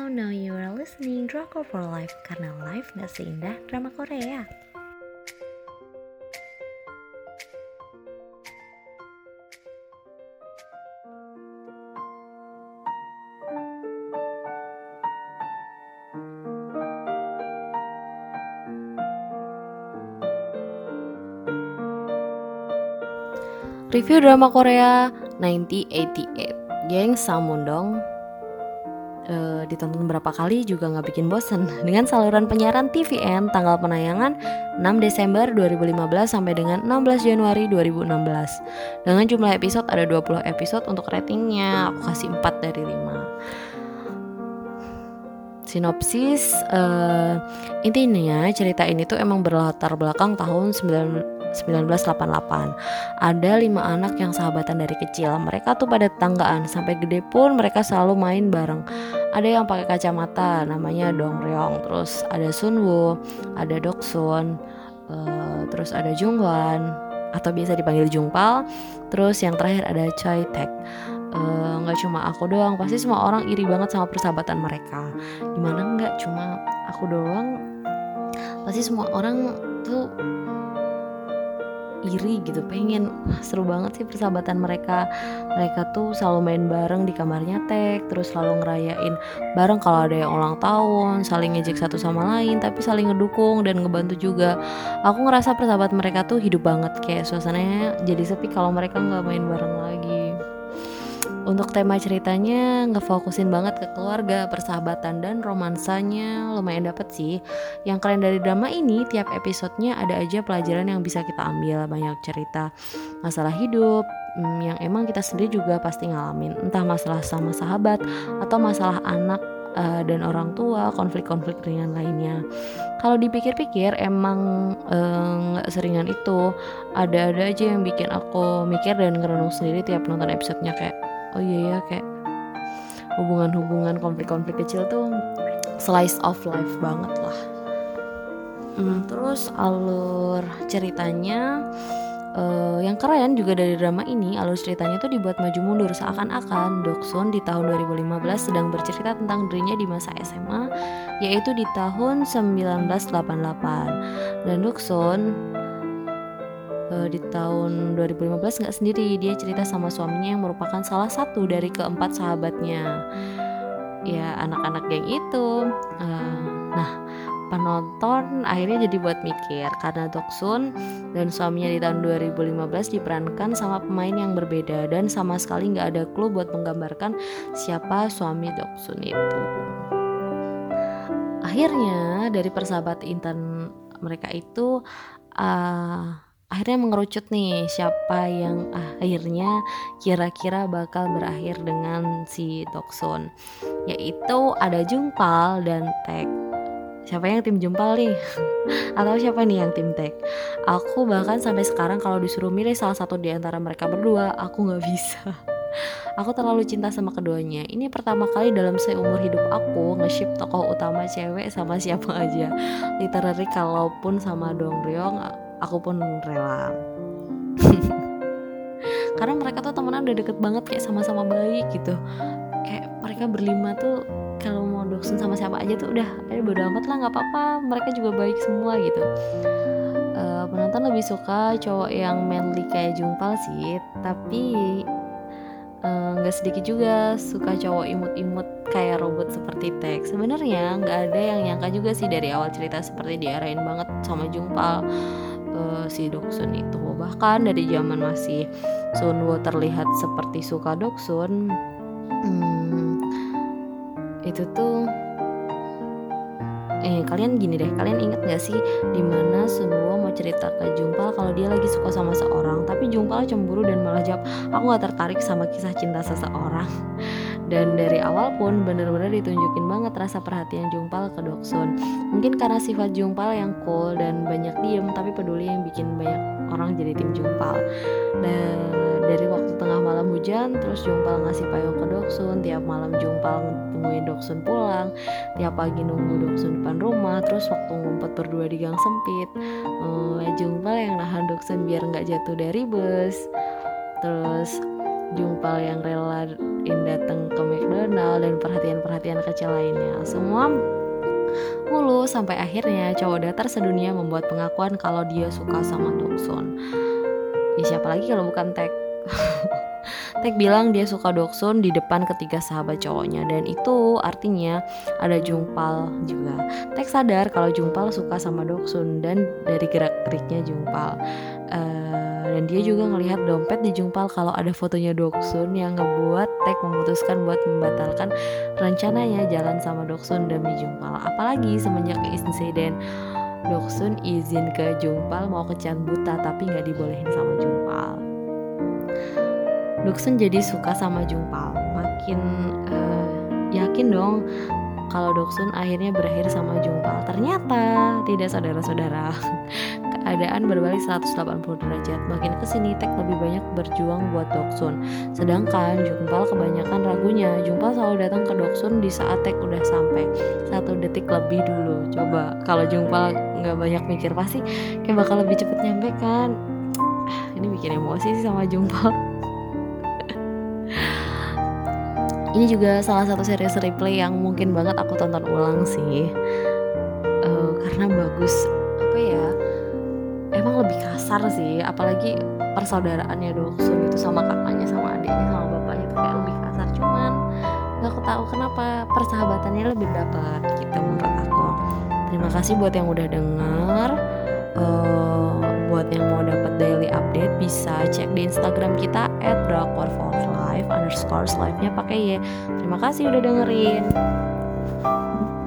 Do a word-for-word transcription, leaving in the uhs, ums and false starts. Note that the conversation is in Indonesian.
Now, now you are listening Drakor for Life karena life gak seindah drama Korea. Review drama Korea seribu sembilan ratus delapan puluh delapan, Geng Samundong. Uh, ditonton berapa kali juga gak bikin bosen. Dengan saluran penyiaran T V N, tanggal penayangan enam Desember dua ribu lima belas sampai dengan enam belas Januari dua ribu enam belas. Dengan jumlah episode ada dua puluh episode. Untuk ratingnya aku kasih empat dari lima. Sinopsis, uh, intinya cerita ini tuh emang berlatar belakang tahun sembilan belas delapan puluh delapan. Ada lima anak yang sahabatan dari kecil. Mereka tuh pada tetanggaan. Sampai gede pun mereka selalu main bareng. Ada yang pakai kacamata, namanya Dong Ryong. Terus ada Sunwoo, ada Doksun, uh, terus ada Jungwan atau biasa dipanggil Jungpal. Terus yang terakhir ada Choi Taek. Uh, gak cuma aku doang, pasti semua orang iri banget sama persahabatan mereka. Gimana gak cuma aku doang, pasti semua orang tuh iri gitu, pengen. Seru banget sih persahabatan mereka. Mereka tuh selalu main bareng di kamarnya Taek, terus selalu ngerayain bareng kalau ada yang ulang tahun, saling ngejek satu sama lain, tapi saling ngedukung dan ngebantu juga. Aku ngerasa persahabatan mereka tuh hidup banget, kayak suasananya jadi sepi kalau mereka gak main bareng lagi. Untuk tema ceritanya ngefokusin banget ke keluarga, persahabatan, dan romansanya lumayan dapet sih. Yang keren dari drama ini, tiap episodenya ada aja pelajaran yang bisa kita ambil. Banyak cerita masalah hidup hmm, yang emang kita sendiri juga pasti ngalamin. Entah masalah sama sahabat atau masalah anak uh, dan orang tua, konflik-konflik ringan lainnya. Kalau dipikir-pikir emang uh, gak seringan itu. Ada-ada aja yang bikin aku mikir dan ngerenung sendiri tiap nonton episodenya, kayak oh iya ya, kayak hubungan-hubungan konflik-konflik kecil tuh slice of life banget lah. hmm, Terus alur ceritanya uh, yang keren juga dari drama ini, alur ceritanya tuh dibuat maju mundur. Seakan-akan Doksun di tahun dua ribu lima belas sedang bercerita tentang dirinya di masa S M A, yaitu di tahun sembilan belas delapan puluh delapan. Dan Doksun di tahun dua ribu lima belas gak sendiri, dia cerita sama suaminya yang merupakan salah satu dari keempat sahabatnya, ya anak-anak geng itu. uh, Nah, penonton akhirnya jadi buat mikir karena Doksun dan suaminya di tahun dua ribu lima belas diperankan sama pemain yang berbeda dan sama sekali gak ada clue buat menggambarkan siapa suami Doksun itu. Akhirnya dari persahabatan intern mereka itu uh, akhirnya mengerucut nih siapa yang akhirnya kira-kira bakal berakhir dengan si Doksun, yaitu ada Jungpal dan Taek. Siapa yang tim Jungpal nih? Atau siapa nih yang tim Taek? Aku bahkan sampai sekarang kalau disuruh milih salah satu di antara mereka berdua, aku gak bisa. Aku terlalu cinta sama keduanya. Ini pertama kali dalam seumur hidup aku nge-ship tokoh utama cewek sama siapa aja. Literally kalaupun sama Dong Ryong, aku pun rela. Karena mereka tuh temenan udah deket banget, kayak sama-sama baik gitu. Kayak mereka berlima tuh kalau mau Doksun sama siapa aja tuh udah, eh bodo amat lah, nggak apa-apa. Mereka juga baik semua gitu. Uh, penonton lebih suka cowok yang manly kayak Jungpal sih, tapi nggak uh, sedikit juga suka cowok imut-imut kayak robot seperti Taek. Sebenarnya nggak ada yang nyangka juga sih dari awal cerita seperti diarahin banget sama Jungpal. Uh, si Doksun itu bahkan dari zaman masih Sunwoo terlihat seperti suka Doksun. hmm, itu tuh eh kalian gini deh, kalian inget gak sih dimana Sunwoo mau cerita ke Jungpal kalau dia lagi suka sama seorang, tapi Jungpal cemburu dan malah jawab aku gak tertarik sama kisah cinta seseorang. Dan dari awal pun bener-bener ditunjukin banget rasa perhatian Jungpal ke Doksun. Mungkin karena sifat Jungpal yang cool dan banyak diem tapi peduli yang bikin banyak orang jadi tim Jungpal. Dan dari waktu tengah malam hujan, terus Jungpal ngasih payung ke Doksun. Tiap malam Jungpal tungguin Doksun pulang. Tiap pagi nunggu Doksun depan rumah. Terus waktu ngumpet berdua di gang sempit, uh, Jungpal yang nahan Doksun biar gak jatuh dari bus. Terus Jungpal yang rela nyempetin datang ke McDonald dan perhatian-perhatian kecil lainnya. Semua mulus sampai akhirnya cowok datar sedunia membuat pengakuan kalau dia suka sama Doksun. Ya siapa lagi kalau bukan Taek. Taek bilang dia suka Doksun di depan ketiga sahabat cowoknya, dan itu artinya ada Jungpal juga. Taek sadar kalau Jungpal suka sama Doksun dan dari gerak-geriknya Jungpal. Uh, dan dia juga ngelihat dompet di Jungpal kalau ada fotonya Doksun, yang ngebuat Taek memutuskan buat membatalkan rencananya jalan sama Doksun demi Jungpal. Apalagi semenjak insiden Doksun izin ke Jungpal mau kencan buta tapi nggak dibolehin sama Jungpal. Doksun jadi suka sama Jungpal, makin uh, yakin dong kalau Doksun akhirnya berakhir sama Jungpal. Ternyata tidak, saudara-saudara. Keadaan berbalik seratus delapan puluh derajat. Makin kesini Taek lebih banyak berjuang buat Doksun, sedangkan Jungpal kebanyakan ragunya. Jungpal selalu datang ke Doksun di saat Taek udah sampai satu detik lebih dulu. Coba kalau Jungpal nggak banyak mikir pasti kayak bakal lebih cepet nyampe kan. Ini bikin emosi sih sama Jungpal. Ini juga salah satu series replay yang mungkin banget aku tonton ulang sih, uh, karena bagus. Apa ya, emang lebih kasar sih, apalagi persaudaraannya Doksun itu sama kakaknya, sama adiknya, sama bapaknya itu kayak lebih kasar. Cuman gak tahu kenapa persahabatannya lebih dapat gitu menurut aku. Terima kasih buat yang udah denger. Uh, buat yang mau dapat daily update bisa cek di Instagram kita at drakorforlife underscore live nya pakai Y. Terima kasih udah dengerin.